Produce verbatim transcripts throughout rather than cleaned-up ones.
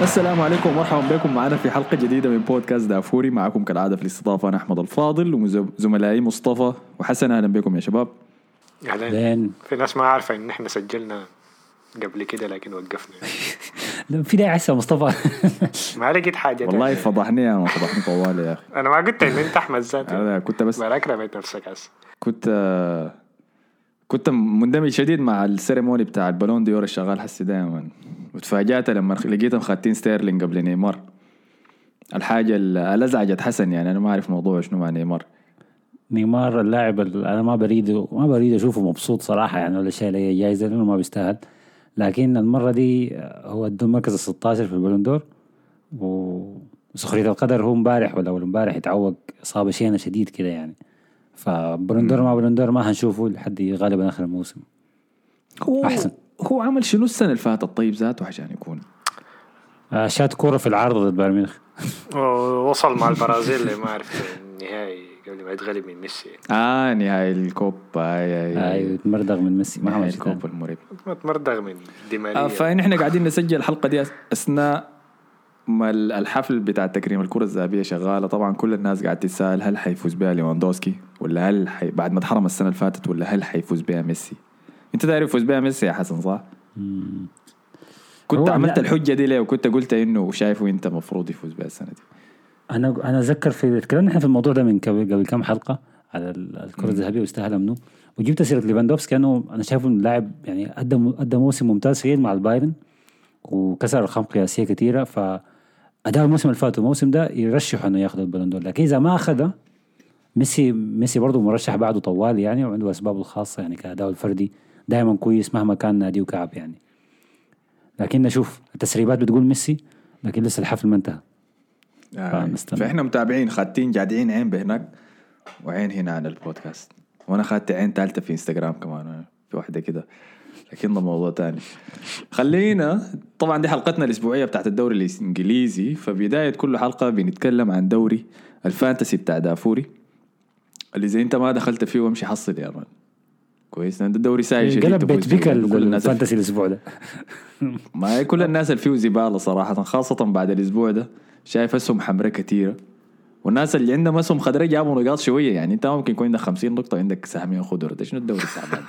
السلام عليكم ومرحبا بكم معنا في حلقة جديدة من بودكاست دافوري. معكم كالعادة في الاستضافة أنا أحمد الفاضل وزملائي مصطفى وحسن. أهلا بكم يا شباب. أهلا. في ناس ما عارفة إن إحنا سجلنا قبل كده لكن وقفنا. لا في داعي هسه مصطفى. ما لقيت حاجة. والله فضحني أنا فضحني طوال يا أخي. أنا ما قلت إن أنت أحمد ذاتي. أنا كنت بس. بلاك رميت نفسك هسه. كنت كنت مندمج شديد مع السيريموني بتاع البالون ديور الشغال حسي دائما، وتفاجأت لما لقيتهم خاتين ستيرلينج قبل نيمار. الحاجة اللي أزعجت حسن يعني أنا ما أعرف موضوع شنو مع نيمار. نيمار اللاعب أنا ما بريده ما بريد أشوفه مبسوط صراحة يعني ولا شيء لي جايزة لأنه ما بيستاهل، لكن المرة دي هو ادى المركز الستة عشر في البالون دور، وسخرية القدر هو مبارح ولا أول مبارح يتعوق إصابة شينة شديد كده يعني، فبالون دور ما بالون دور ما هنشوفه لحد غالبا آخر الموسم. هو أحسن هو عمل شنو السنة اللي فاتت طيب ذاته عشان يكون آه شات كورة في العارضة ضد بايرن ميونخ. وصل مع البرازيل اللي ما عرف النهائي قبل ما يتغلب من ميسي. آه نهائي الكوبا أي أيوة تمردغ من ميسي ما عمل الكوبا المريب ما تمردغ من دي ماريا. آه فإن إحنا قاعدين نسجل الحلقة دي أثناء ما الحفل بتاع تكريم الكرة الذهبية شغالة. طبعا كل الناس قاعد تسأل هل حيفوز بها ليفاندوسكي ولا هل حي... بعد ما اتحرم السنة اللي فاتت ولا هل حيفوز بها ميسي. انت تعرف يفوز بها ميسي يا حسن صح؟ مم. كنت عملت الحجة دي ليه وكنت قلت انه شايفه انت مفروض يفوز بها السنة دي. انا انا اتذكر في تكلمنا احنا في الموضوع ده من قبل كم حلقة على الكرة الذهبية واستاهل منه، وجبت سيرة ليفاندوفسكي كانوا انا شايفه لاعب يعني قدم قدم موسم ممتاز فيه مع البايرن وكسر ارقام قياسية كثيرة، فأداء الموسم اللي فات والموسم ده يرشح انه ياخذ البالون دور، لكن اذا ما اخذها ميسي ميسي برضه مرشح بعده طوال يعني وعنده اسبابه الخاصة يعني كأداء الفردي دائما كويس مهما كان ناديه وكعب يعني، لكن نشوف التسريبات بتقول ميسي لكن لسه الحفل ما انتهى. آه. فإحنا متابعين خاتين قاعدين عين بهناك وعين هنا على البودكاست، وأنا خدت عين ثالثة في إنستغرام كمان في واحدة كده، لكن ده موضوع تاني. خلينا طبعا دي حلقتنا الأسبوعية بتاعت الدوري الإنجليزي، فبداية كل حلقة بنتكلم عن دوري الفانتسي بتاع دافوري اللي زي أنت ما دخلت فيه وامشي حصل يا مان كويس. ده الدوري ساي شديد قلب بيت بيك الفانتسي الأسبوع ده. ما هي كل الناس اللي فيه زبالة صراحة، خاصة بعد الأسبوع ده شايف اسهم حمراء كتيرة، والناس اللي عندهم اسهم خضراء جابوا نقاط شوية يعني. انت ممكن يكون عندك خمسين نقطة عندك سهمين خضر، ده شنو الدوري التعبان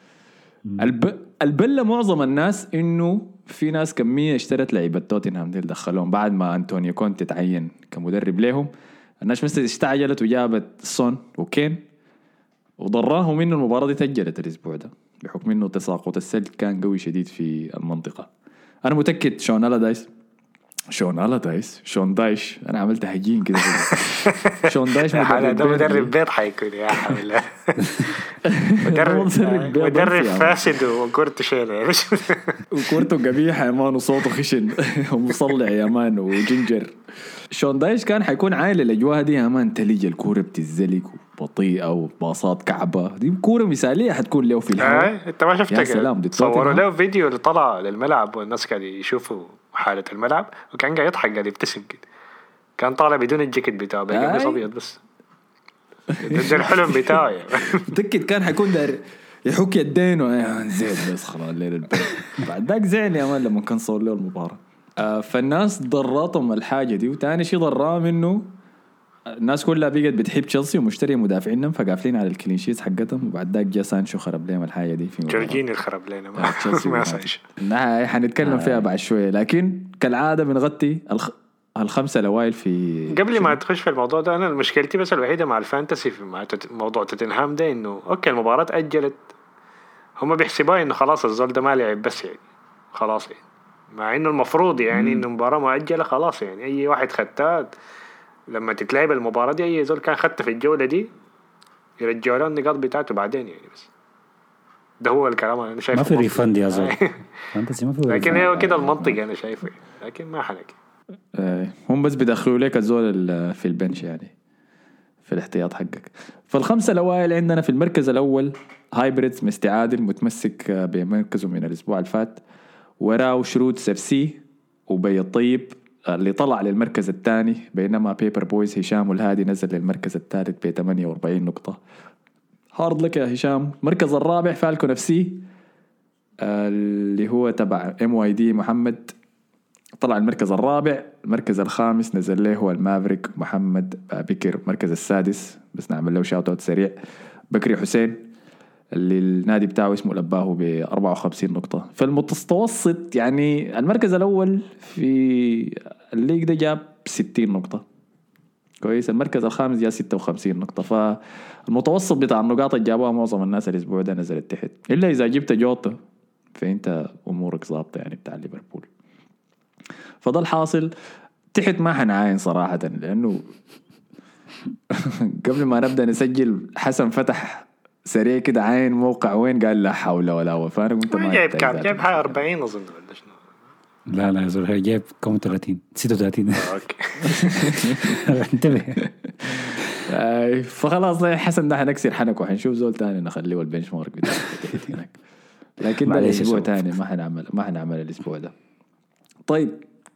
الب... البلة معظم الناس انه في ناس كمية اشترت لعيبة توتنهام دي دخلوهم بعد ما أنطونيو كونتي تعين كمدرب لهم. الناس مثل استعجلت وجابت سون وكين وضراهم انه المباراة دي تأجلت الأسبوع ده بحكم انه تساقط الثلج كان قوي شديد في المنطقة. انا متأكد شون ألادايس شون ألادايس شون دايش انا عملت هجين كده شون دايش مدرب ده مدرب بيض حيكون يا حول مدرب مدرب فاسد وكورته شيله وكورته قبيحة يا مان وصوته خشن ومصلع يا مان وجنجر. شون دايش كان حيكون عائل الأجواء دي يا مان، تلج الكورة بتزلق بطيئة وباصات كعبة، دي كورة مثالية حتكون له في الهواء. انت ما شفتك صوروا له فيديو اللي طلع للملعب والناس قاعد يشوفوا حالة الملعب وكان قاعد يضحك قاعد يبتسم كده، كان طالع بدون الجاكيت بتاعه بقميص ابيض بس ده الحلم بتاعه متأكد كان حيكون داير يحك يدين ويا زين بس خلاص الليل البيت. بعد ذاك زعل يا مان لما كان صور له المباراة. آه فالناس ضراتهم الحاجة دي، وتاني شيء ضراه منه الناس كلها بقت بتحب تشيلسي ومشتري مدافعينهم فقافلين على الكلينشيت حقتهم، وبعد ذاك جا سانشو خرب لهم الحاجة دي في جورجيني الخرب لنا ما تشيلسي ما سانشو. نعم حنتكلم آه. فيها بعد شوية، لكن كالعادة بنغطي الخ... الخمسة الأوائل في قبل ما تخش في الموضوع ده. أنا مشكلتي بس الوحيدة مع الفانتسي في مع موضوع توتنهام ده إنه أوكي المباراة أجلت، هم بيحسبوا إنه خلاص الزول ده ما لعب بس يعني خلاص يعني، مع إنه المفروض يعني إنه مباراة مؤجلة خلاص يعني أي واحد ختات لما تتلعب المباراة دي أي زول كان خدته في الجولة دي يرجعوا له النقاط بتاعته بعدين يعني. بس ده هو الكلام أنا شايفه ما في ريفند يا زول فانتسي ما في لكن هو كده المنطق أنا شايفه، لكن ما حنك هم بس بيدخلوا لك الزول في البنش يعني في الاحتياط حقك. فالخمسة الأوائل عندنا في المركز الأول هايبريدز مستعادل متمسك بمركزه من الأسبوع الفات، وراه شروط سفسي وبي الطيب اللي طلع للمركز الثاني، بينما بيبر بويز هشام والهادي نزل للمركز الثالث ب ثمانية وأربعين نقطة. هارد لك يا هشام. المركز الرابع فالكون اف سي اللي هو تبع ام واي دي محمد طلع المركز الرابع. المركز الخامس نزل له هو المافريك محمد بكر. المركز السادس بس نعمل له شاوت اوت سريع بكري حسين اللي النادي بتاعه اسمه لباه ب أربعة وخمسين نقطة. في المتوسط يعني المركز الأول في الليج ده جاب ستين نقطة كويس. المركز الخامس جاب ستة وخمسين نقطة. فالمتوسط بتاع النقاط اللي جابوها معظم الناس الأسبوع ده نزلت تحت إلا إذا جبت جوطة فأنت أمورك ظابطة يعني بتاع ليفربول. فده الحاصل. تحت ما حنعاين صراحة لأنه قبل ما نبدأ نسجل حسن فتح سريع كده عين موقع وين قال لا حول ولا قوة. فأنا قلت ما جايب كام جايب حاجة أربعين أظن ولا شنو. لا لا يا زول هي جايب كم ثلاثين ستة وثلاثين. أوكي انتبه. فخلاص حسن ده حنكسر حنك وحنشوف زول تاني نخليه والبنش مارك بتاعه هناك. لكن ده الأسبوع تاني ما حنعمل ما حنعمل الأسبوع ده. طيب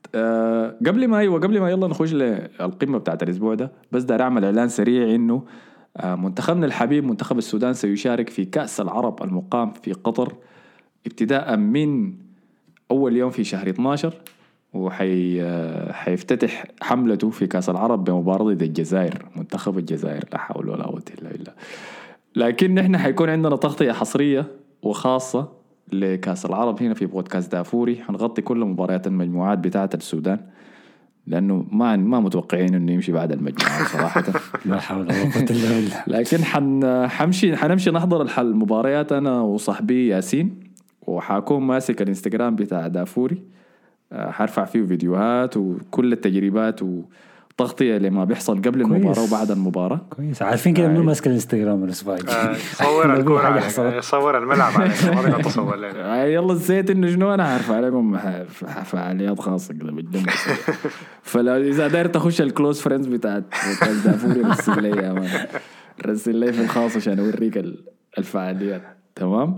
أه قبل ما ايوه قبل ما يلا نخش للقمه بتاعت الاسبوع ده بس دار اعمل اعلان سريع انه أه منتخبنا الحبيب منتخب السودان سيشارك في كأس العرب المقام في قطر ابتداء من اول يوم في شهر اثناشر وحي أه حيفتتح حملته في كأس العرب بمباراة ضد الجزائر منتخب الجزائر. لا حول ولا قوة الا بالله. لكن نحن حيكون عندنا تغطية حصرية وخاصة لكأس العرب هنا في بودكاست دافوري. حنغطي كل مباريات المجموعات بتاعة السودان لأنه ما ما متوقعين إنه يمشي بعد المجموعات صراحة. لا حول ولا قوة إلا بالله. لكن حن حمشي حنمشي نحضر الحل المباريات أنا وصاحبي ياسين وحاكون ماسك الانستغرام بتاع دافوري. حرفع فيه فيديوهات وكل التجربات وتغطية لما بيحصل قبل المباراة وبعد المباراة. كويس عارفين كده منو ماسك الانستغرام الأسبوع الجاي. صور الكرة صور الملعب على ما تصور لنا. يلا زيت إنه شنو أنا عارف عليكم فعاليات خاصة كده بالجنب. فلو إذا داير تخش الكلوز فريندز بتاعت دافوري رسل لي يا مان رسل لي في الخاص عشان أوريك الفعاليات. تمام.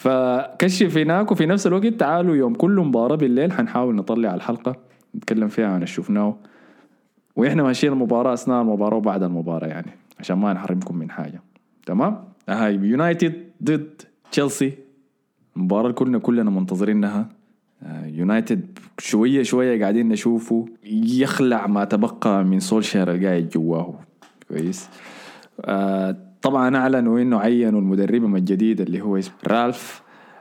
فكشف هناك وفي نفس الوقت تعالوا يوم كل مباراة بالليل حنحاول نطلع الحلقة نتكلم فيها عن الشوفناه وإحنا ماشيين المباراة أثناء المباراة وبعد المباراة يعني عشان ما نحرمكم من حاجة. تمام. هاي يونايتد ضد تشيلسي مباراة كلنا كلنا منتظرينها. يونايتد شوية شوية قاعدين نشوفه يخلع ما تبقى من سولشير القاعد جواه كويس. آه طبعا أعلنوا إنه عينوا المدرب الجديد اللي هو اسمه رالف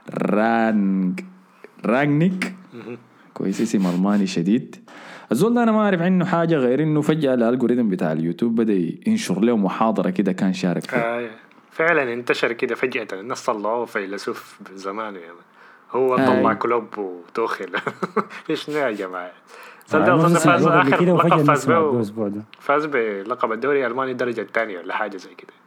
رانج رانجنيك كويس اسم ألماني شديد. الزول ده أنا ما أعرف عنه حاجة غير إنه فجأة الألغوريثم بتاع اليوتيوب بدأ ينشر له محاضرة كده كان شارك فيها. آه فعلا انتشر كده فجأة الناس طلعوه فيلسوف زمانه يعني هو طلع كلوب وتوخل. إيش يا جماعة صدق فاز آخر لقب فاز به فاز بلقب الدوري الألماني الدرجة الثانية ولا حاجة زي كده.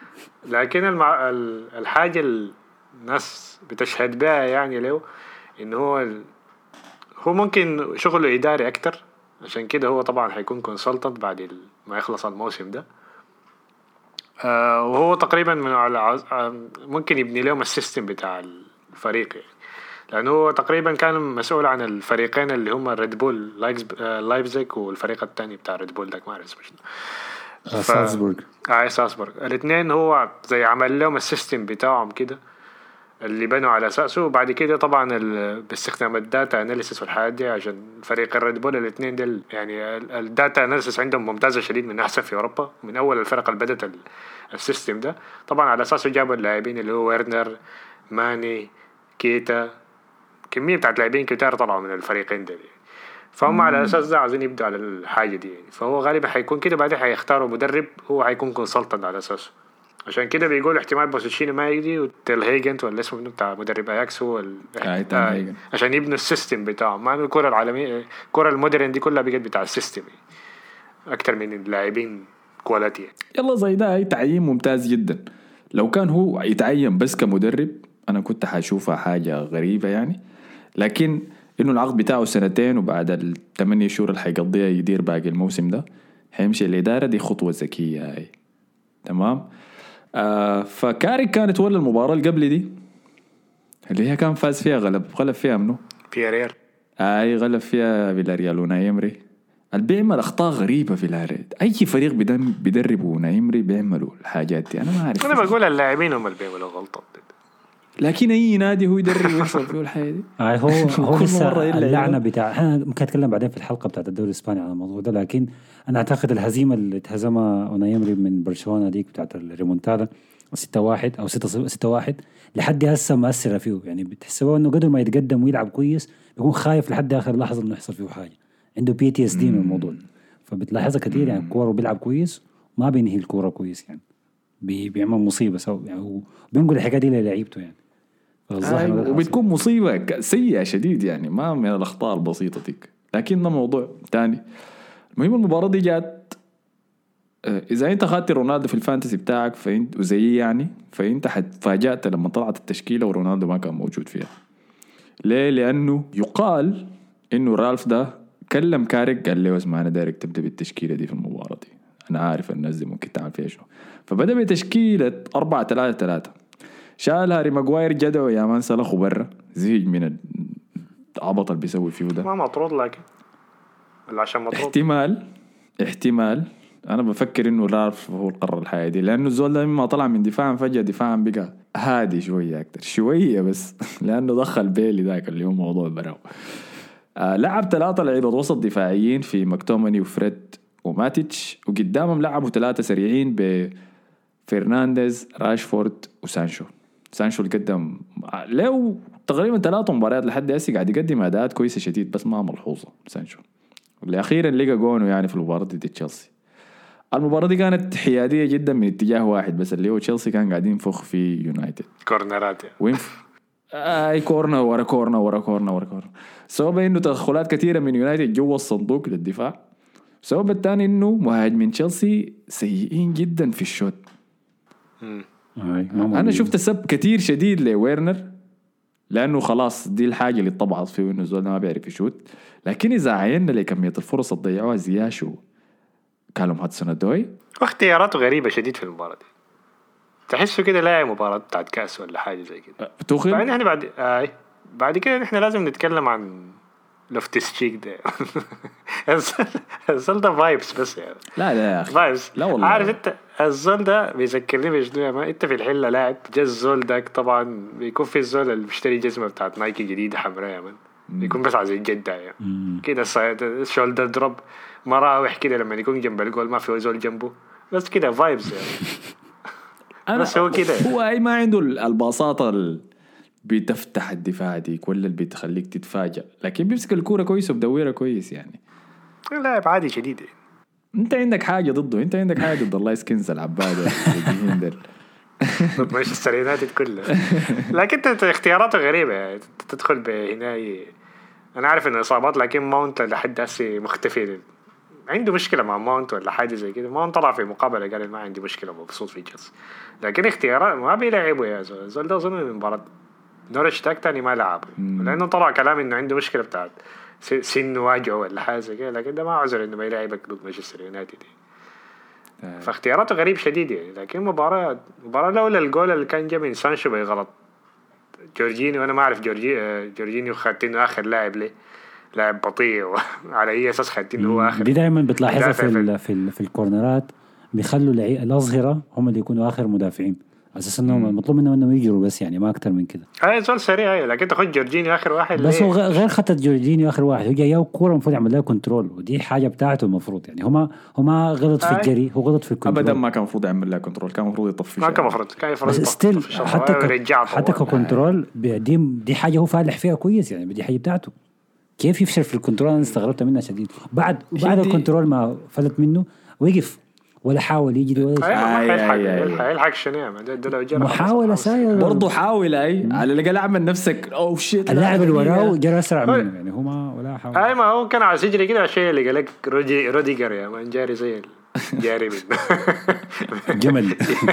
لكن المع... الحاجة الناس بتشهد بها يعني له إنه هو ال... هو ممكن شغله إداري أكتر عشان كده هو طبعا هيكون كونسلتنت بعد ال... ما يخلص الموسم ده. آه وهو تقريبا من على ممكن يبني لهم السيستم بتاع الفريق يعني. لأنه هو تقريبا كان مسؤول عن الفريقين اللي هم ريد بول لايبزيج والفريق الثاني بتاع ريد بول ده ما أعرف اسمه شنو. سالزبورغ. آه سالزبورغ. الاثنين هو زي عمل لهم السيستم بتاعهم كده اللي بنوا على أساسه. وبعد كده طبعا باستخدام الداتا أناليسيس والحاجات دي عشان فريق الريد بول الاثنين دل يعني الداتا أناليسيس عندهم ممتازة شديد من أحسن في أوروبا من أول الفرق اللي بدت السيستم ده. طبعا على أساسه جابوا اللاعبين اللي هو ويرنر ماني كيتا كمية بتاعت لاعبين كتير طلعوا من الفريقين دل. فهم على أساس ده عايزين يبدوا على الحاجة دي يعني. فهو غالبا حيكون كده بعدين حيختاروا مدرب هو حيكون كونسلتنت على أساسه. عشان كده بيقول احتمال بوسوتشينو ما يجي وتيل هيجنت ولا اسمه بتاع مدرب اياكس هو ال... آه عشان يبنوا السيستم بتاعه. ما الكرة العالمية الكرة المودرن دي كلها بقت بتاع السيستم اكتر من اللاعبين كواليتي. يلا زي ده اي تعيين ممتاز جدا. لو كان هو يتعين بس كمدرب انا كنت حاشوفها حاجة غريبة يعني. لكن انه العقد بتاعه سنتين وبعد الثمانية شهور اللي حيقضيها يدير باقي الموسم ده حيمشي الإدارة دي خطوة ذكية هاي. تمام. آه فكاريك كانت ولا المباراة اللي قبل دي اللي هي كان فاز فيها غلب غلب فيها منه فياريال. اي آه غلب فيها فيلاريال ونايمري. اللي بيعمل اخطاء غريبة في الهارد. اي فريق بيدربوا نايمري بيعملوا الحاجات دي انا ما اعرف. انا بقول اللاعبين هم اللي بيعملوا غلطة. لكن اي نادي هو يدرب ويحصل فيه الحياه دي. آه هو هو كل لسه مرة يلعب. اللعنه بتاع احنا ممكن نتكلم بعدين في الحلقه بتاعت الدوري الاسباني على الموضوع ده، لكن انا اعتقد الهزيمه اللي اتهزمها اوناي إمري من برشلونه ديك بتاعت الريمونتادا ستة واحد او ستة واحد لحد هسه مؤثره فيه. يعني بتحسبوا انه قدر ما يتقدم ويلعب كويس بيكون خايف لحد اخر لحظه انه يحصل فيه حاجه، عنده بي تي اس دي من الموضوع، فبتلاحظها كثير. يعني كوره بيلعب كويس ما بينهي الكوره كويس، يعني بي بيعمل مصيبه سو يعني، هو بينقل الحكايه دي للعيبته يعني. آه وبتكون مصيبة سيئة شديد يعني، ما من الأخطاء البسيطة ديك. لكن ده موضوع تاني. المهم المباراة دي جات إذا أنت خدت رونالدو في الفانتسي بتاعك فأنت وزي يعني فأنت حتفاجأت لما طلعت التشكيلة ورونالدو ما كان موجود فيها. ليه؟ لأنه يقال إنه رالف ده كلم كاريك قال له اسمع أنا دايرك تبدأ بالتشكيلة دي في المباراة دي، أنا عارف الناس دي ممكن تعمل فيها شو. فبدأ بتشكيلة أربعة ثلاثة ثلاثة، شال هاري ماغواير جدعه يا مان سلخه برا، زهج من العبط اللي بيسوي فيه ده. ما مطرود لكن ولا عشان مطرود؟ احتمال احتمال انا بفكر انه رالف هو القرار الحياة دي، لانه الزول ده لما طلع من دفاعا فجأة دفاعا بقى هادي شوية اكتر شوية بس لانه دخل بيلي ذاك اليوم موضوع براو. آه لعب ثلاثة لعيبة وسط دفاعيين في مكتوماني وفريد وماتيتش، وقدامهم لعبوا ثلاثة سريعين بفرنانديز راشفورد وسانشو. سانشو اللي قدم له تقريبا ثلاث مباريات لحد هسه قاعد يقدم اداءات كويسه شديد بس ما ملحوظه سانشو، اللي اخيرا لقى جونه يعني في المباراه دي تشيلسي. المباراه دي كانت حياديه جدا من اتجاه واحد بس اللي هو تشيلسي كان قاعدين ينفخ في يونايتد كورنرات وين اي كورنر ورا كورنر ورا كورنر ورا كورنر. سبب انه تدخلات كثيره من يونايتد جوا الصندوق للدفاع. السبب الثاني انه مهاجمين تشيلسي سيئين جدا في الشوت. انا شفت السب كتير شديد لويرنر لانه خلاص دي الحاجه اللي طبعت فيه انه الزول ما بيعرف يشوت. لكن اذا عيننا لكميه الفرص اللي ضيعوها زياشو كالوم هاتسون الدوي واختياراته غريبه شديد في المباراه دي، تحسه كده لاعب مباراه بتاعت كاس ولا حاجه زي كده. بتوخل بعدين احنا بعد آه بعد كده احنا لازم نتكلم عن لوفتس تشيك ده الزول ده فايبس بس يعني. لا لا يا اخي فايبس. لا والله عارف انت الزول ده بيذكرني بشنو؟ ما انت في الحله لاعب جا الزول داك طبعا بيكون في الزول اللي بيشتري جزمه بتاعت نايكي جديده حمراء يا مان، بيكون بس عايز يجدع يعني كده الشولدر دروب مراوح كده لما يكون جنب الجول ما في زول جنبه بس كده فايبس يعني. بس هو كده هو اي ما عنده البساطه اللي بتفتح الدفاع دي كل اللي بتخليك تتفاجأ، لكن بيمسك الكوره كويس وبدورها كويس يعني. لاعب عادي شديد يعني. انت عندك حاجه ضده، انت عندك حاجه ضد الله سكنز العباده ضد مانشستر يونايتد كله. لكن انت اختياراته غريبه يعني. تدخل بهنا انا عارف انه اصابات لكن ماونت لحد هسه مختفي، عنده مشكله مع ماونت ولا حاجه زي كده. ماونت طلع في مقابله قال ما عندي مشكله مبسوط في تشيلسي، لكن اختيارات ما بيلعبوا يا زول. زول ده اظن من مباراه نورش تاك تاني ما لعب لانه طلع كلام انه عنده مشكله بتاعت سن واجعه ولا حاجه زي كده، لكن ده ما عذر انه ما يلعبك ضد مانشستر يونايتد. فاختياراته غريب شديد يعني. لكن مباراه مباراه لولا الجول اللي كان جاي من سانشو بغلط جورجينيو، وانا ما اعرف جورجي جورجينيو خدتينه اخر لاعب ليه، لاعب بطيء وعلى اي اساس خدينه هو اخر. دي دايما بتلاحظها في ال في ال في الكورنرات بيخلوا الاظهره هم اللي يكونوا اخر مدافعين اساسا انهم مطلوب منهم انهم يجروا بس يعني ما اكتر من كده. اي زول سريع اي لكن تاخذ جورجينيو اخر واحد بس هو غير خطه جورجينيو اخر واحد، هو جاي كوره المفروض يعمل لها كنترول ودي حاجه بتاعته المفروض يعني. هما هما غلط في الجري، هو غلط في الكنترول. ابدا ما كان المفروض يعمل لها كنترول، كان المفروض يطفش. ما كان المفروض كان المفروض بس ستيل حتى ك... حتى ككنترول دي دي حاجه هو فالح فيها كويس يعني، دي حاجه بتاعته. كيف يفشل في الكنترول انا استغربت منها شديد. بعد بعد الكنترول ما فلت منه وقف ولا حاول يجري ولا يلحق يلحق شنو محاولة ساير برضو حاول اي على الاقل اعمل نفسك او شيت اللاعب اللي وراه جرى اسرع منه يعني. هو ما ولا حاول. اي ما هو كان عايز يجري كده شيء اللي قالك رودي روديجر يا مان جاري زي جاري منه جمل.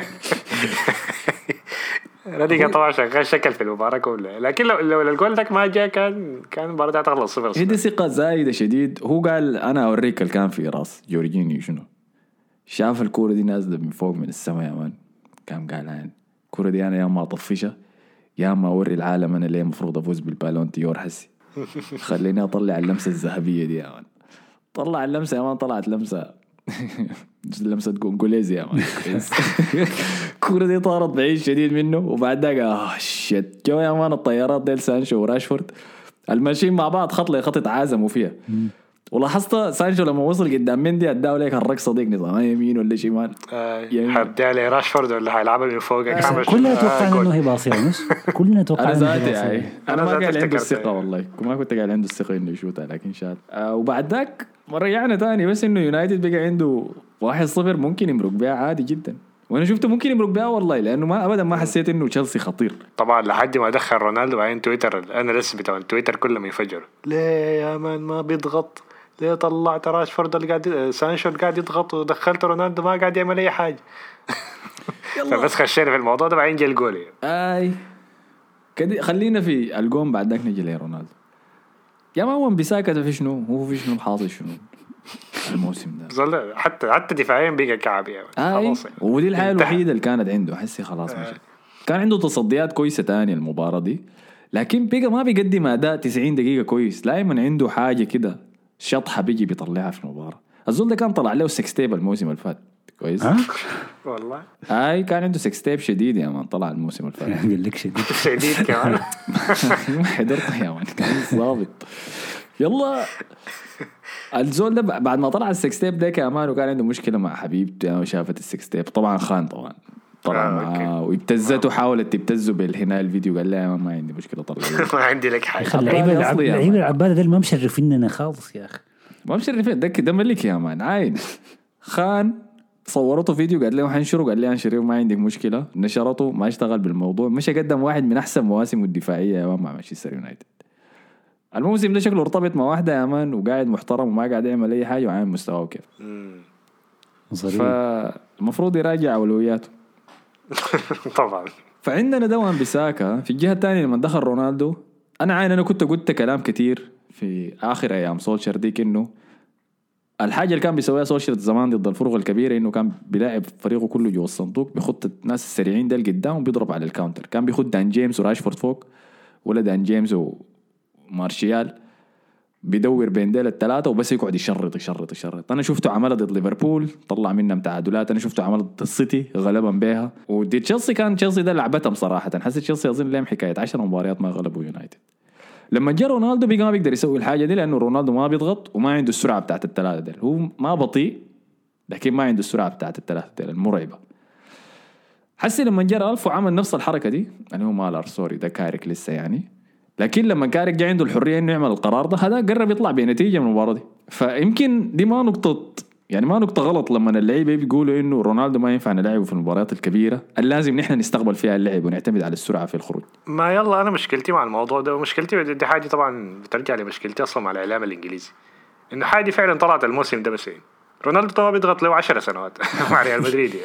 روديجر طبعا شغال شكل في المباراة كلها، لكن لو لو الجول ده ما جاء كان كان المباراة تخلص صفر صفر. هي ثقة زايدة شديد. هو قال انا اوريك اللي كان في راس جورجينيو شنو، شاف الكورة دي نازلة من فوق من السماء يا مان، كان قال يعني الكورة دي أنا يا ما أطفشها يا ما أوري العالم أنا ليه مفروض أفوز بالبالون ديور حسي، خليني أطلع اللمسة الذهبية دي يا مان. طلع اللمسة يا مان، طلعت لمسة لمسة جونجوليزي يا مان. الكورة دي طارت بعيد شديد منه وبعد ذاك آه شت جو يا مان الطيارات ديل سانشو وراشفورد الماشيين مع بعض خط لخط تعازموا فيها. ولاحظت سانشو لما وصل قدام مندي اداه لك الرقصه ديك نظام يمين ولا شمال حبدا لي راشفورد ولا هيلعبها من فوق. كلنا توقعنا انه هي باصيه مش كلنا توقعنا انا ذاتي انا ما قاعد عنده الثقه والله ما كنت قاعد عنده الثقه انه يشوتها لكن شات. آه وبعد ذاك رجعنا تاني بس انه يونايتد بقى عنده واحد صفر ممكن يمرق بها عادي جدا وانا شفته ممكن يمرق بها والله لانه ما ابدا ما حسيت انه تشيلسي خطير طبعا لحد ما دخل رونالدو بعدين تويتر انا لسه بتاع تويتر كله ما ينفجر ليه يا مان ما بيضغط ليه طلعت راشفورد اللي قاعد سانشو اللي قاعد يضغط ودخلت رونالدو ما قاعد يعمل اي حاجه. فبس خشينا في الموضوع ده بعدين جا الجول اي كده خلينا في الجون بعد ذاك نجي لرونالدو يا ما هو بيساكت في شنو هو في شنو حاصل شنو الموسم ده حتى حتى دفاعيا بقى كعب يعني خلاص ودي الحاجه الوحيده اللي كانت عنده حسي خلاص آه. ماشي كان عنده تصديات كويسه تانية المباراه دي لكن بقى ما بيقدم اداء تسعين دقيقه كويس دائما عنده حاجه كده شطحه بيجي بيطلعها في المباراه. الزول ده كان طلع له سكستيب الموسم اللي فات كويس والله اي كان عنده سكستيب شديد يا مان طلع الموسم اللي فات قال لك شديد شديد كمان ما حضرت يا مان كان ضابط. يلا الزول ده بعد ما طلع السكستيب ده كمان وكان عنده مشكله مع حبيبته وشافت السكستيب طبعا خان طبعا طلع آه معاه وابتزته وحاولت تبتزه بالهنا الفيديو قال لا ما عندي مشكله طلع ما عندي لك حاجه. اللعيبه اللعيبه العباده دول ما مشرفيننا خالص يا اخي ما مشرفين ده ده ملك يا مان عاين خان صورته فيديو قال له حنشره قال لي انشره ما عندك مشكله نشرته ما اشتغل بالموضوع مش قدم واحد من احسن مواسمه الدفاعيه يا مان مع مانشستر يونايتد. الموسم ده شكله ارتبط مع واحده يا مان وقاعد محترم وما قاعد يعمل اي حاجه وعامل مستواه كيف فالمفروض يراجع اولوياته طبعا. فعندنا دوام بيساكا في الجهه الثانيه لما دخل رونالدو انا عاين انا كنت قلت كلام كتير في اخر ايام سولشر ديك انه الحاجه اللي كان بيسويها سولشر زمان ضد الفرق الكبيره انه كان بيلاعب فريقه كله جوا الصندوق بيخط الناس السريعين ده قدام وبيضرب على الكاونتر كان بيخد دان جيمس وراشفورد فوق ولا دان جيمس ومارشيال بيدور بين ديل الثلاثه وبس يقعد يشرط يشرط يشرط. انا شفته عمله ضد ليفربول طلع منهم تعادلات انا شفته عمله ضد السيتي غلبهم بها ودي تشيلسي كان تشيلسي ده لعبتهم صراحه حسيت تشيلسي اظن لهم حكايه عشر مباريات ما غلبوا يونايتد. لما جاء رونالدو بقى ما بيقدر يسوي الحاجه دي لانه رونالدو ما بيضغط وما عنده السرعه بتاعت الثلاثه ديل هو ما بطيء لكن ما عنده السرعه بتاعت الثلاثه ديل المرعبه. حسي لما جاء الف وعمل نفس الحركه دي يعني هو مالر سوري ده كارك لسه يعني لكن لما كارك جاء عنده الحريه انه يعمل القرار ده هذا قرب يطلع بنتيجه من المباراه دي. فيمكن دي ما نقطه يعني ما نقطه غلط لما اللعيبه بيقولوا انه رونالدو ما ينفع نلعبه في المباريات الكبيره اللازم نحن نستقبل فيها اللعب ونعتمد على السرعه في الخروج. ما يلا انا مشكلتي مع الموضوع ده ومشكلتي دي حاجه طبعا بترجع لمشكلتي اصلا مع الاعلام الانجليزي انه حاجه فعلا طلعت الموسم ده بس رونالدو طبعا بيضغط له عشر سنوات مع ريال مدريد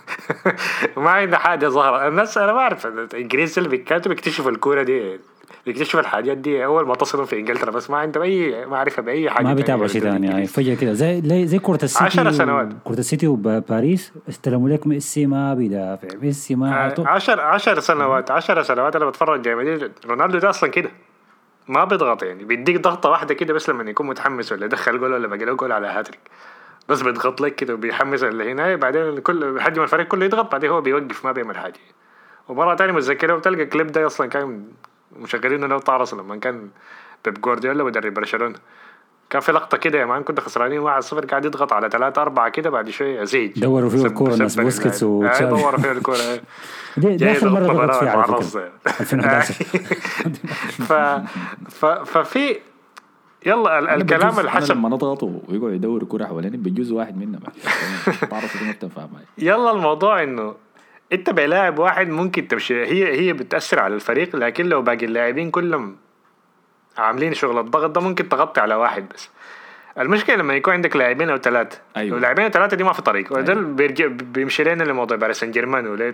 ما عنده حاجه ظهر الناس انا ما اعرف الانجليز اللي بيكاتبوا بيكتشفوا الكوره دي بيكتشفوا الحاجات دي اول ما تصلوا في انجلترا بس ما عنده اي معرفه باي حاجه ما بيتابع شيء ثاني يعني فجاه كده زي زي كره السيتي عشر سنوات كره السيتي وباريس استلموا لك ميسي ما بيدافع ميسي ما عشر عشر سنوات عشر سنوات انا بتفرج جاي رونالدو ده اصلا كده ما بيضغط يعني بيديك ضغطه واحده كده بس لما يكون متحمس ولا يدخل جول ولا بقى له جول على هاتريك بس بيضغط لك كده وبيحمس اللي هنا بعدين كل لحد ما الفريق كله يضغط بعدين هو بيوقف ما بيعمل حاجه. ومره ثانيه متذكره وتلقى كليب ده اصلا كان مشغلينه لو تعرف لما كان بيب جوارديولا مدرب برشلونه كان في لقطه كده يا مان كنت خسرانين واحد صفر قاعد يضغط على ثلاثة أربعة كده بعد شويه زيج دوروا فيه الكوره الناس بوسكيتس وتشافي دوروا فيه الكوره دي اخر مره ضغط فيها على فكره ألفين وأحد عشر ف ف ففي يلا الكلام الحسب لما نضغطوا ويقعدوا يدوروا كوره حوالين بيجوز واحد منا تعرف انه متفق معي. يلا الموضوع انه انت بلاعب واحد ممكن تمشي هي هي بتاثر على الفريق لكن لو باقي اللاعبين كلهم عاملين شغل الضغط ده ممكن تغطي على واحد بس. المشكله لما يكون عندك لاعبين او ثلاثه أيوة. واللاعبين الثلاثه دي ما في طريق وده أيوة. بيرجع بيمشي لنا لموضوع باريس سان جيرمان ولا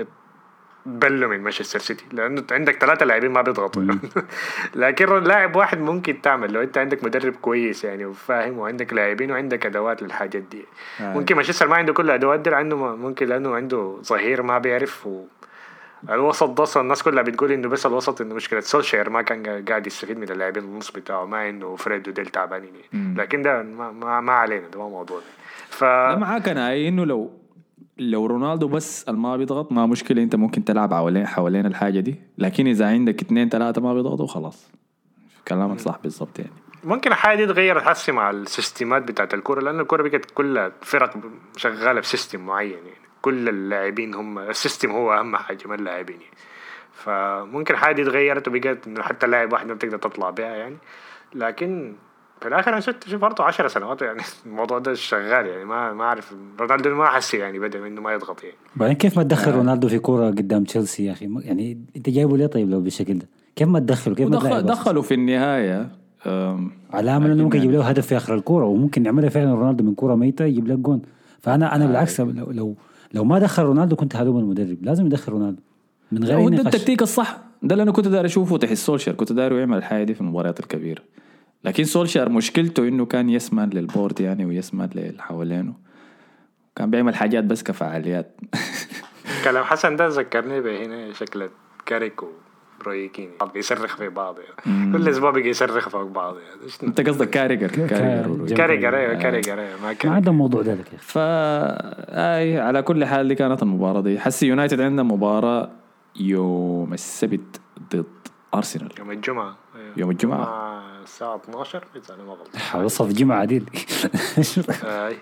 بلوا من مانشستر سيتي لانه عندك ثلاثه لاعبين ما بيضغطوا لكن لاعب واحد ممكن تعمل لو انت عندك مدرب كويس يعني وفاهم وعندك لاعبين وعندك ادوات للحاجات دي. آه. ممكن مانشستر ما عنده كل الادوات دي عنده ممكن لانه عنده ظهير ما بيعرف و... الوسط ده الناس كلها بتقول انه بس الوسط انه مشكله سولشير ما كان قاعد يستفيد من اللاعبين النص بتاعه ما انه فريد وديل تعبانين لكن ده ما, ما, ما علينا ده ما موضوع. ف لا معاك انا انه لو لو رونالدو بس ما بيضغط ما مشكلة، انت ممكن تلعب حوالين حوالين الحاجة دي، لكن اذا عندك اثنين ثلاثة ما بيضغطوا خلاص كلامك صح بالضبط يعني. ممكن الحاجة دي تغير تحسي مع السيستمات بتاعت الكرة، لأن الكرة بقت كلها فرق شغالة بسيستم معين يعني، كل اللاعبين هم السيستم هو أهم حاجة من اللاعبين يعني. فممكن حاجة دي تغيرت وبقت إنه حتى لاعب واحد ما بتقدر تطلع بها يعني. لكن في الآخر أنا شفت شوف برضه عشر سنوات يعني الموضوع ده شغال يعني. ما ما أعرف رونالدو ما أحس يعني بدأ إنه ما يضغط يعني. بعدين كيف ما تدخل رونالدو في كورة قدام تشيلسي يا أخي؟ يعني أنت جايبه ليه طيب لو بالشكل ده؟ كيف ما تدخله؟ كيف ما دخل دخلوا في النهاية على أمل إنه ممكن يجيب له هدف في آخر الكورة، وممكن يعملها فعلا رونالدو من كورة ميتة يجيب له جون. فأنا أنا بالعكس لو لو لو ما دخل رونالدو كنت هلوم المدرب، لازم يدخل رونالدو من غير نقاش. ده التكتيك الصح، ده اللي أنا كنت داير أشوفه تحت سولشر، كنت داير يعمل الحاجة دي في المباريات الكبيرة. لكن سولشر مشكلته إنه كان يسمع للبورد يعني ويسمع للحوالينه، كان بيعمل حاجات بس كفعاليات. كلام حسن ده ذكرني به هنا شكل كاريكو برويكين بيصرخ في بعض يعني. كل اسبوع بيجي يصرخ فوق بعض يعني. انت قصدك كاريجر كاريجر كاريجر ايوه كاريجر ما كان ما عندهم موضوع ذلك يا اخي. فا اي على كل حال دي كانت المباراه دي. حسي يونايتد عندنا مباراه يوم السبت ضد ارسنال يوم الجمعه. يوم الجمعه الساعه اثناشر اذا انا ما غلطان. حوصف جمعه عديل. اي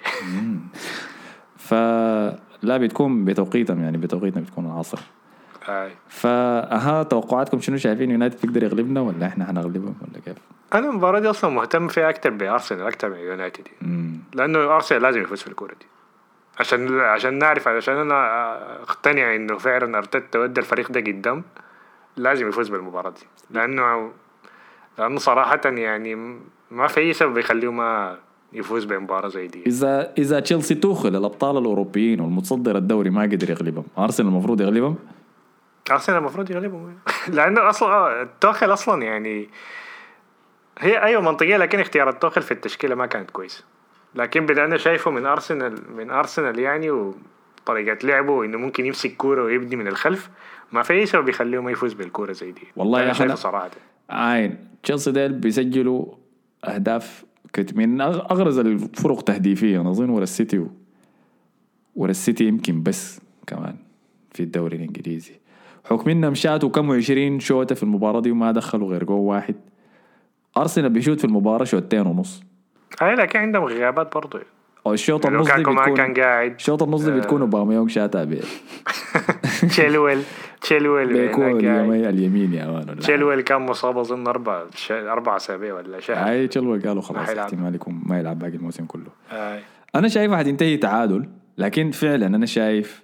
فلا بتكون بتوقيتهم يعني بتوقيتنا بتكون العصر. اي فاها توقعاتكم شنو؟ شايفين يونايتد يقدر يغلبنا ولا احنا حنغلبهم ولا كيف؟ انا المباراه دي اصلا مهتم فيها اكثر بارسنال اكثر من يونايتد، لانه ارسنال لازم يفوز في الكوره دي عشان عشان نعرف، عشان انا اقتنع انه فعلا ارتيتا ودى الفريق ده قدام لازم يفوز بالمباراه دي، لانه لانه صراحه يعني ما في اي سبب يخليه ما يفوز بمباراه زي دي. اذا اذا تشيلسي توخل الابطال الاوروبيين والمتصدر الدوري ما قدر يغلبهم، ارسنال المفروض يغلبهم. ارسنال المفروض يغلبهم لانه اصلا التوخل اصلا يعني هي ايوه منطقيه، لكن اختيار التوخل في التشكيله ما كانت كويسه. لكن بدأ انا شايفه من ارسنال من ارسنال يعني وطريقه لعبه انه ممكن يمسك كوره ويبني من الخلف، ما في سبب يخليه ما يفوز بالكوره زي دي. والله انا شايفه صراحه عين تشيلسي ديل بيسجلوا اهداف كت من اغرز الفرق تهديفيا اظن ورا السيتي ورا السيتي يمكن بس كمان في الدوري الانجليزي. حكم انهم شاتوا كم وعشرين شوطه في المباراه دي وما دخلوا غير جول واحد. ارسنال بيشوت في المباراه شوطين ونص. هاي لكن عندهم غيابات برضه. او الشوط النص دي بتكون كان قاعد الشوط النص دي بتكون اوباميونغ شاتا بيه تشيلويل تشيلويل بيكون اليمين اليمين يا مان. تشيلويل كان مصاب اظن اربع اربع اسابيع ولا شهر. هاي تشيلويل قالوا خلاص احتمال يكون ما يلعب باقي الموسم كله. هاي. انا شايف حتنتهي تعادل، لكن فعلا انا شايف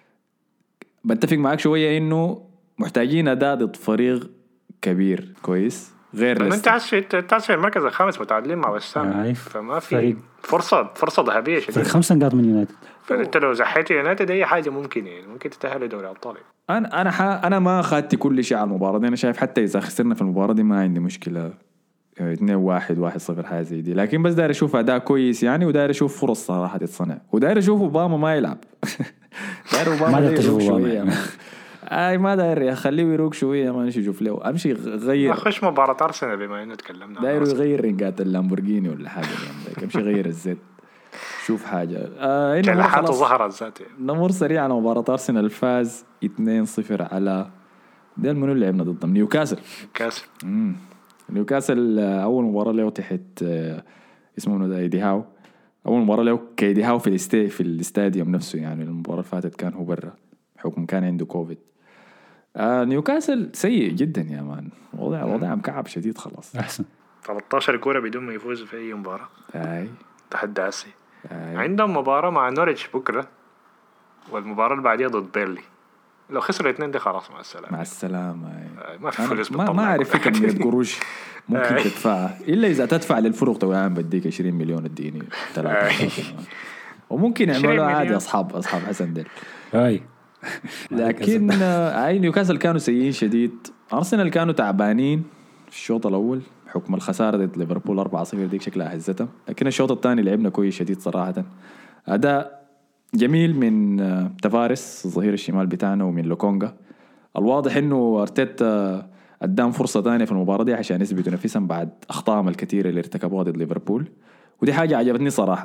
بتفق معاك شويه انه محتاجين اداء ضد فريق كبير كويس غير لسه. انت عارف انت في المركز الخامس متعادلين مع وسام، فما في فرصه فرصه ذهبيه شديده. خمسة نقاط من يونايتد، فانت لو زحيت يونايتد اي حاجه ممكن يعني ممكن تتاهل لدوري ابطال. انا انا ح... انا ما اخذت كل شيء على المباراه دي. انا شايف حتى اذا خسرنا في المباراه دي ما عندي مشكله اثنين واحد واحد صفر حاجه زي دي، لكن بس داير اشوف اداء كويس يعني، وداير اشوف فرص صراحه تتصنع، وداير اشوف اوباما ما يلعب. داير اوباما ما تشوف شويه اي ما داير اخليه يروق شويه ما نشوف له امشي غير اخش مباراه ارسنال بما انه تكلمنا. داير يغير رنقات اللامبورجيني ولا حاجه يعني امشي غير الزيت شوف حاجه. آه كلحاته ظهرت ذاته. نمر سريع على مباراه ارسنال الفاز اثنين صفر على ده منو اللي لعبنا ضدهم؟ نيوكاسل. نيوكاسل امم نيوكاسل اول مباراه له تحت آه اسمه منو ده ايدي هاو. اول مباراه له كايدي هاو في الاستي في الاستاديوم نفسه يعني. المباراه اللي فاتت كان هو برا حكم كان عنده كوفيد. آه نيوكاسل سيء جدا يا مان، وضع وضع مكعب شديد خلاص. احسن ثلاثة عشر كوره بدون ما يفوز في اي مباراه. اي تحدي اسي. عندهم مباراه مع نوريتش بكره والمباراه اللي بعديها ضد بيرلي. لو خسروا الاثنين دي خلاص مع السلامه. مع السلامه. ما في فلوس ما, ما اعرف في كميه قروش ممكن تدفعها الا اذا تدفع للفرق تو عام بديك عشرين مليون اديني ثلاثة وممكن يعملوا عادي اصحاب اصحاب حسن ديل. هاي لكن اي نيوكاسل كانوا سيئين شديد. ارسنال كانوا تعبانين في الشوط الاول حكم الخساره ضد ليفربول أربعة صفر ديك شكلها هزتهم، لكن الشوط الثاني لعبنا كويس شديد صراحه. اداء جميل من تفارس الظهير الشمال بتاعنا ومن لوكونغا. الواضح انه ارتيتا قدام فرصه ثانيه في المباراه دي عشان يثبتوا نفسهم بعد اخطائهم الكثيره اللي ارتكبوها ضد ليفربول، ودي حاجه عجبتني صراحه.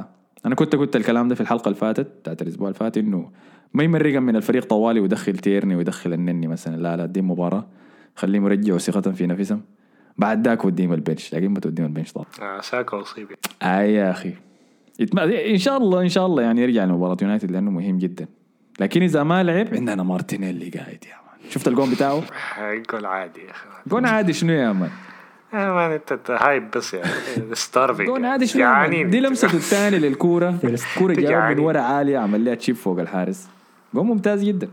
انا كنت قلت الكلام ده في الحلقه اللي فاتت بتاعت الاسبوع اللي فات انه ما يمرق من الفريق طوالي ويدخل تيرني ويدخل النني مثلا. لا لا دي مباراه خليهم يرجعوا ثقه في نفسهم بعد ذاك وديهم البنش لكن ما توديهم البنش طبعا. آه ساكو اصيب اي يا اخي يتم... ان شاء الله ان شاء الله يعني يرجع لمباراه يونايتد لانه مهم جدا. لكن اذا ما لعب عندنا مارتينيلي قاعد يا مان. شفت الجون بتاعه؟ جول عادي يا اخي. جون عادي شنو يا مان؟ يا مان انت هايب بس يعني ستارفينج. جون عادي شنو يا مان؟ دي لمسته الثانيه للكوره الكوره جايه من ورا عاليه عمل لها تشيب فوق الحارس. جون ممتاز جدا.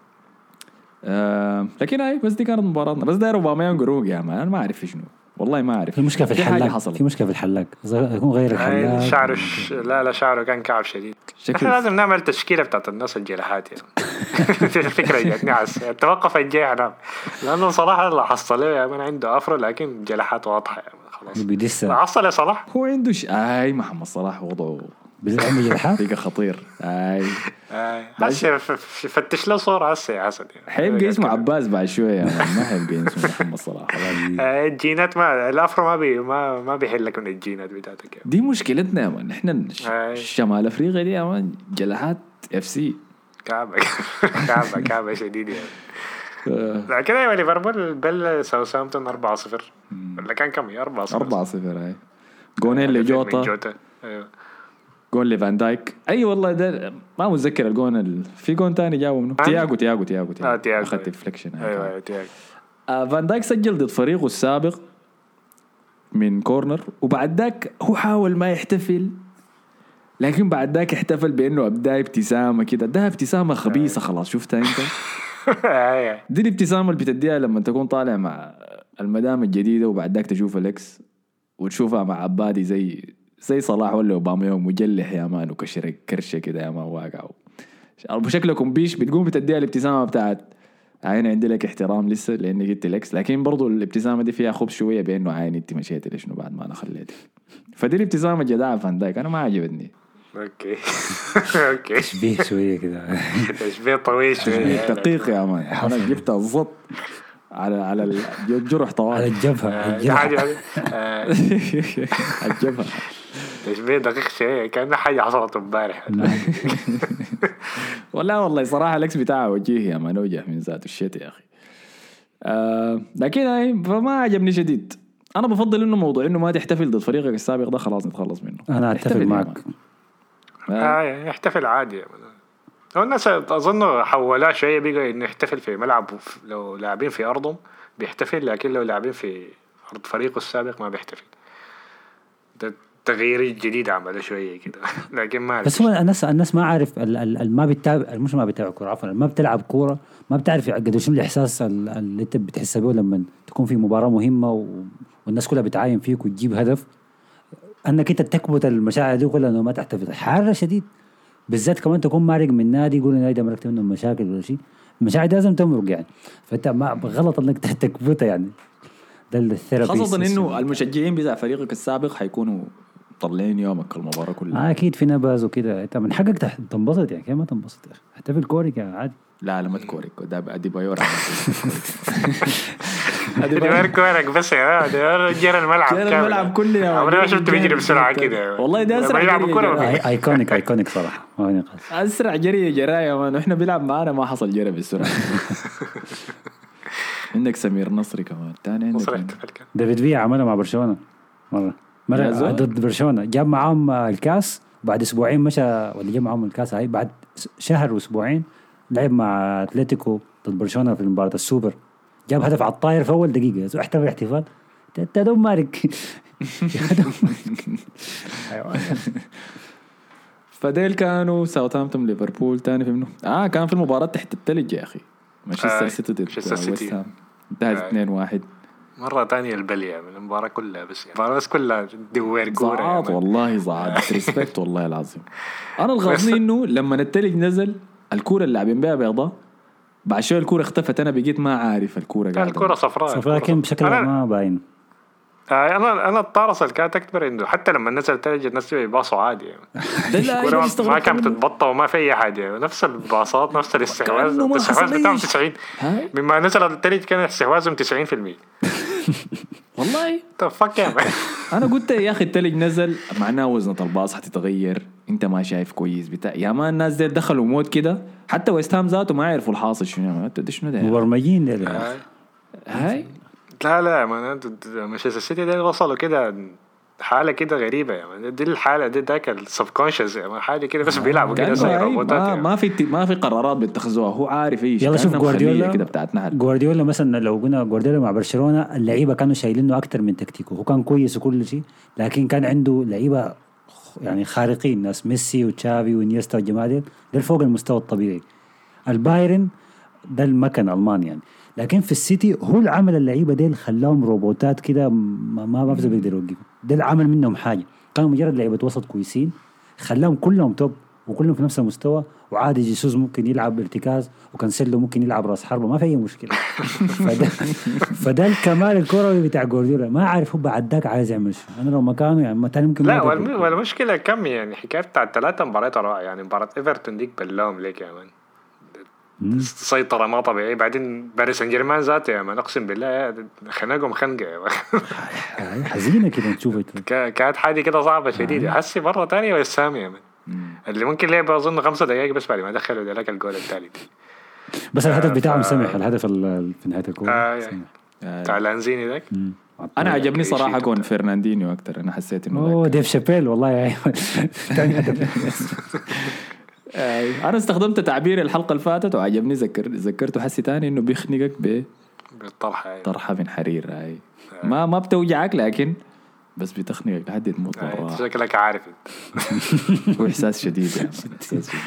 آه لكن هاي بس دي كانت مباراتنا. بس داير اوباميانغ جروج يا مان. انا ما اعرف شنو والله ما اعرف. في مشكله في الحلاق في مشكله في الحلاق يكون غير الحلاق شعره ش... لا لا شعره كان كعب شديد. شكل لازم نعمل تشكيله بتاعت الناس الجراحات يعني. الفكره جاتني عس توقف الجيح نعم لانه صراحه اللي حصل له يا مان عنده افرو لكن جراحات واضحه يعني خلاص بيدس حصل يا صلاح. هو عنده ش... اي محمد صلاح وضعه بيعمل جراحات دقيقه خطير. اي هسه فتش له صوره هسه يا حسن يعني. حيبقى اسمه عباس بعد شويه ما حيبقى اسمه محمد صلاح. الجينات ما الافرو ما بي ما ما بيحلك من الجينات بتاعتك. دي مشكلتنا يا مان. احنا شمال افريقيا دي يا مان جلحات اف سي كعبه كعبه كعبه شديد يعني. لكن ايوه ليفربول بل ساوثهامبتون أربعة صفر ولا كان كم أربعة صفر أربعة صفر هاي جونين لجوتا ايوه جون لفان دايك. اي والله ده ما متذكر الجون ال... في جون تاني جابه منه تياغو تياغو تياغو اه تياغو اخذت الفليكشن. ايوه تياغو. آه فان دايك سجل ضد فريقه السابق من كورنر وبعد ذاك هو حاول ما يحتفل لكن بعد ذاك احتفل بانه ابدا ابتسامه كده. ده ابتسامه خبيثه خلاص. شفتها انت؟ دي الابتسامه اللي بتديها لما تكون طالع مع المدام الجديده وبعد ذاك تشوف الاكس وتشوفها مع عبادي زي زي صلاح ولا اوباما يوم مجلح يا مان وكشر كرشه كده يا مان واقع بشكلكم بيش بتقوم بتديها الابتسامه بتاعت عين عندي لك احترام لسه لاني قلت الاكس لكن برضو الابتسامه دي فيها خبز شويه بانه عين انت مشيت ليش بعد ما انا خليتك. فدي الابتسامه جدعه فان دايك انا ما عجبتني. اوكي اوكي تشبيه شويه كده تشبيه طويل شويه دقيق يا مان. انا جبتها بالضبط على على الجرح طوال على الجبهه الجبهه تشبيه دقيق شيء كأنه حاجة حصلت امبارح. والله والله صراحة الأكس بتاعه وجيه يا مان وجه من ذاته الشيء يا أخي. آه لكن هاي فما عجبني شديد. أنا بفضل إنه موضوع إنه ما تحتفل ضد فريقك السابق ده خلاص نتخلص منه. أنا أتفق معك. آه يحتفل عادي. هو الناس أظن حولاه شوية بيجي إنه يحتفل في ملعب لو لاعبين في أرضهم بيحتفل لكن لو لاعبين في أرض فريقه السابق ما بيحتفل. ده تغيير جديد عمله شويه كده لكن ما بس هو الناس الناس ما عارف ما بتتابع مش ما بتتابع كوره عفوا ما بتلعب كوره ما بتعرف قد شنو الاحساس اللي انت بتحس به لما تكون في مباراه مهمه والناس كلها بتعاين فيك وتجيب هدف انك انت تكبت المشاعر دي كلها انه ما تحتفل حاره شديد بالذات كمان تكون مارق من نادي يقول النادي ده مركت منه مشاكل ولا شيء المشاعر دي لازم تمرق يعني فانت ما غلط انك تكبتها يعني ده الثيرابي خاصه انه المشجعين بتاع فريقك السابق حيكونوا طلعين يومك المباراة كلها. آه أكيد في نباز وكده أنت من حقك تنبسط يعني كيف ما تنبسط يا أخي احتفل كورك يعني عادي. لا لا ما تكورك ده أدي بايور أدي بايور كورك بس يا ده جرى الملعب جرى الملعب كله يا عمري ما شفت بيجري بسرعة كده والله ده أسرع جري أيكونيك أيكونيك صراحة أسرع جري جرايا ما إحنا بيلعب معانا ما حصل جري بالسرعة. عندك سمير نصري كمان تاني عندك ديفيد فيا عمله مع برشلونة مرة مرة ضد برشلونة جاب معهم الكاس بعد أسبوعين مشى ولا جاب معهم الكاس هاي بعد شهر وأسبوعين لعب مع أتلتيكو ضد برشلونة في مباراة السوبر جاب هدف على الطاير في أول دقيقة احتفل احتفال تدوم مارك فديل كانوا ساوثهامبتون ليفربول تاني في منه آه كان في المباراة تحت التلج يا أخي مانشستر سيتي ضد ويست هام انتهت اثنين واحد مرة تانية البلية من المباراة كلها بس المباراة بس كلها دوير كورة زعاط والله زعاط ريسبكت والله العظيم. أنا الغاضني إنه لما التلج نزل الكورة اللي عبين بها بيضاء بعد شوية الكورة اختفت أنا بقيت ما عارف الكورة قاعدة الكورة صفراء صفراء كان بشكل ما باين. أنا أنا الطارس اللي كانت أكبر إنه حتى لما نزل التلج الناس بيباصوا عادي الكورة ما كانت بتتبطأ وما في أي حاجة نفس الباصات نفس الاستحواذ الاستحواذ بتاعهم تسعين مما نزل التلج كان استحواذهم تسعين في المية. والله تفك يا مان. انا قلت يا اخي التلج نزل معناه وزنة الباص حتتغير، انت ما شايف كويس بتاع يا مان. الناس دي دخلوا موت كده، حتى ويست هام ذاته ما يعرفوا الحاصل شنو. انت شنو ده مبرمجين ده هاي. هاي لا لا ما انت مانشستر سيتي ده وصلوا كده حالة كده غريبة يا مان. دي الحالة دي ذاك السبكونشس حاجة كده بس بيلعبوا كده زي روبوتات ما, يعني. ما في ما في قرارات بيتخذوها، هو عارف ايش. يلا شوف جوارديولا كده بتاعت نهر. جوارديولا مثلا لو قلنا جوارديولا مع برشلونة اللعيبة كانوا شايلينه أكتر من تكتيكه. هو كان كويس وكل شيء، لكن كان عنده لعيبة يعني خارقين، ناس ميسي وتشافي وانيستا والجماعة دي ده فوق المستوى الطبيعي. البايرن ده المكن ألماني يعني، لكن في السيتي هو العمل اللعيبة دي خلاهم روبوتات كده ما ما بفضل بيقدروا يوقفوا. ده العمل منهم حاجة، كانوا مجرد لعيبة وسط كويسين خلاهم كلهم توب وكلهم في نفس المستوى. وعادي جيسوس ممكن يلعب ارتكاز وكانسيلو ممكن يلعب راس حربة، ما في أي مشكلة. فده, فده الكمال الكروي بتاع جوارديولا. ما عارف هو بعد ذاك عايز يعمل شو. أنا لو مكانه يعني ما تاني ممكن. لا والمشكلة كم يعني حكاية بتاع ثلاثة مباريات رائعة يعني. مباراة إيفرتون ديك بلهم ليك يا مان، سيطرة ما طبيعية. بعدين باريس سان جيرمان ذاته يا مان أقسم بالله خناقهم خنقة يا مان. حزينة كده نشوفها. كانت حاجة كده صعبة شديدة. حسي مرة تانية ويسام يا مان اللي ممكن لعبه أظن خمسة دقائق بس بعد ما دخلوا ذلك الجول الثالث. بس الهدف بتاعهم سمح، الهدف في نهاية الكورة آه يعني. بتاع لانزيني ذاك. أنا عجبني صراحة كون فرناندينيو أكتر. أنا حسيت إنه أوه ديف شابيل والله يعني. أنا استخدمت تعبير الحلقة اللي فاتت وعجبني. ذكر ذكرته حسي تاني إنه بيخنقك ب بالطرحة طرحة من حرير. هاي ما ما بتوجعك لكن بس بتخنقك لحد تموت مرة. شكلك عارف انت. هو إحساس شديد يعني. إحساس شديد.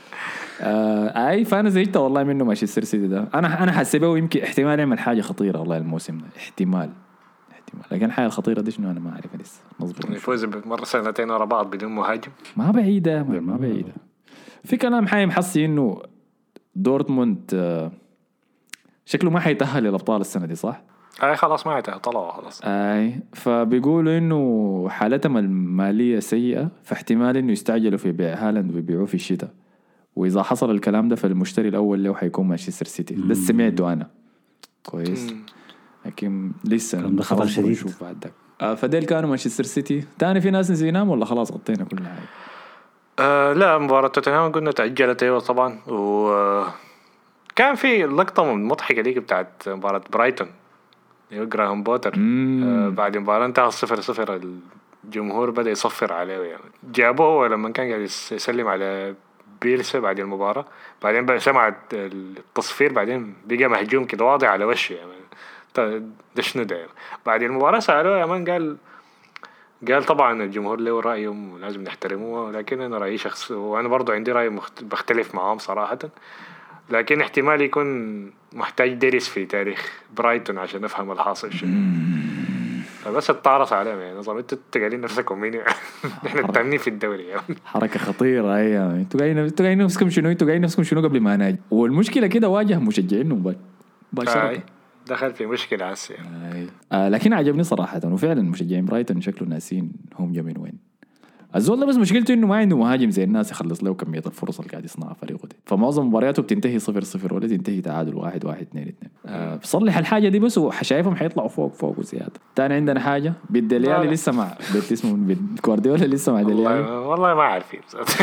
آه أي فأنا زيت والله منه مانشستر سيتي ده. أنا أنا حسبه يمكن احتمال يعمل حاجة خطيرة والله الموسم ده. احتمال احتمال لكن الحاجة الخطيرة دي شنو أنا ما أعرف لسه. نظبط يفوز بمرة سنتين ورا بعض بدون مهاجم. ما بعيدة ما, ما بعيدة. في كلام حي محسي إنه دورتموند آه شكله ما حيتأهل للأبطال السنة دي صح؟ اي خلاص ما طلعوا خلاص. اي فبيقولوا انه حالتهم الماليه سيئه، فاحتمال انه يستعجلوا في بيع هالاند ويبيعوه في الشتاء. واذا حصل الكلام ده فالمشتري الاول له حيكون مانشستر سيتي. ده سمعته انا كويس لكن لسه خطر شديد. نشوف بعد ذاك. آه فديل كانوا مانشستر سيتي. تاني في ناس نسيناهم ولا خلاص غطينا كل حاجه؟ آه لا مباراة توتنهام قلنا تأجلت ايوه طبعا. وكان في لقطة مضحكة ديك بتاعت مباراة برايتون جراهام بوتر. آه بعد المباراة انتهى صفر صفر الجمهور بدأ يصفر عليه يعني. جابوه لما كان قاعد يسلم على بيلسا بعد المباراة. بعدين بقى سمع التصفير بعدين بقى مهجوم كده واضح على وشه يعني. ده شنو ده يعني. بعد المباراة سألوه يا مان قال قال طبعا الجمهور له رأيهم ولازم نحترموه لكن أنا رأيي شخص وأنا برضو عندي رأي مخت... بختلف معهم صراحة. لكن احتمال يكون محتاج درس في تاريخ برايتون عشان نفهم الحاصل شيء. فبس التعرص عليهم يعني نظام انتوا تقالين نفسكم مين يعني. احنا التامنين في الدوري يعني. حركة خطيرة هي يعني. انتوا قاعدين انتوا قاعدين نفسكم شنو انتوا قاعدين نفسكم شنو قبل ما ناجي. والمشكلة كده واجه مشجعينهم مباشرة. دخل في مشكلة عسير. آه لكن عجبني صراحة وفعلا مشجعين برايتون شكله ناسين هم جا من وين. الزول ده بس مشكلته انه ما عنده مهاجم زي الناس يخلص له كمية الفرص اللي قاعد يصنعها فريقه دي. فمعظم مبارياته بتنتهي صفر صفر ولا تنتهي تعادل واحد واحد اثنين اثنين. آه بصلح الحاجة دي بس وشايفهم حيطلعوا فوق فوق وزيادة. تاني عندنا حاجة بالدليالي لسه مع بيت اسمه جوارديولا لسه مع دليالي. والله, والله ما عارفين.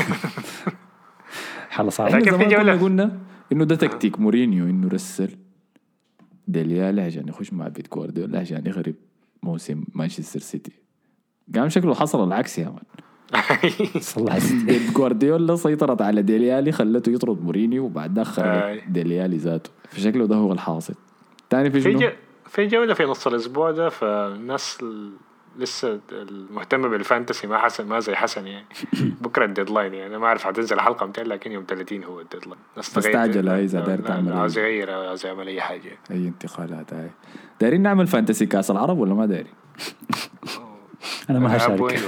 حالة صعبة. لكن في جولة قلنا انه ده تكتيك مورينيو انه رسل دليالي عشان يخش مع بيت جوارديولا عشان يخرب موسم مانشستر سيتي. قام شكله حصل العكس يا مان. صلح بيت جوارديولا سيطرت على ديليالي خلته يطرد مورينيو وبعد دخل ديليالي ذاته. فشكله ده هو الحاصل. تاني في شنو؟ في جولة في نص الأسبوع ده فالناس لسه المهتمة بالفانتسي ما حسن ما زي حسن يعني. بكرة الديدلاين يعني ما أعرف هتنزل الحلقة متى لكن يوم ثلاثين هو الديدلاين. نستعجل هاي إذا داير تعمل عايز أغير عايز أعمل أي حاجة. أي انتقالات هاي. دايرين نعمل فانتسي كأس العرب ولا ما دايرين؟ أنا ما هشارك.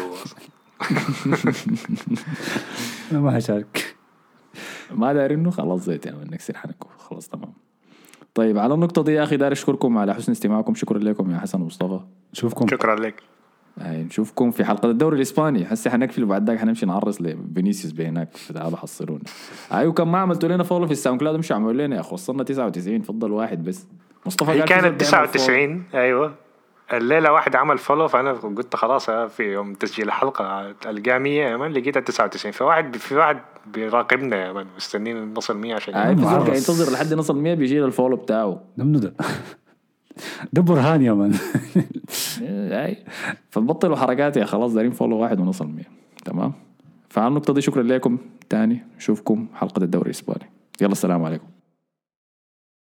أنا ما هشارك. ما دايرينه خلاص زيت يعني نكسر حنكو خلاص تمام. طيب على النقطة دي يا أخي داير أشكركم على حسن استماعكم. شكرا لكم يا حسن ومصطفى. نشوفكم. شكرا لك. يعني نشوفكم في حلقة الدوري الإسباني. هسه حنقفل وبعد ذاك حنمشي نعرس لفينيسيوس بهناك. فتعالوا حصلونا. أيوة كم ما عملتوا لنا فولو في الساوند كلاود مش عملوا لنا يا أخي. وصلنا تسعة وتسعين فضل واحد بس. مصطفى هي كانت تسعة وتسعين. أيوة الليلة واحد عمل فولو، فأنا قلت خلاص في يوم تسجيل الحلقة ألقى مية يا من، لقيتها تسعة وتسعين. فواحد في واحد بيراقبنا يا من، مستنين نصل مية عشان هاي في زول معرس. قاعد ينتظر لحد نصل مية بيشيل الفولو بتاعه. منو ده؟ ده برهان يا مان. هاي فبطلوا حركات يا خلاص، دارين فولو واحد ونصل مية. تمام. فعلى النقطة دي شكرا لكم تاني، نشوفكم حلقة الدوري الإسباني. يلا السلام عليكم.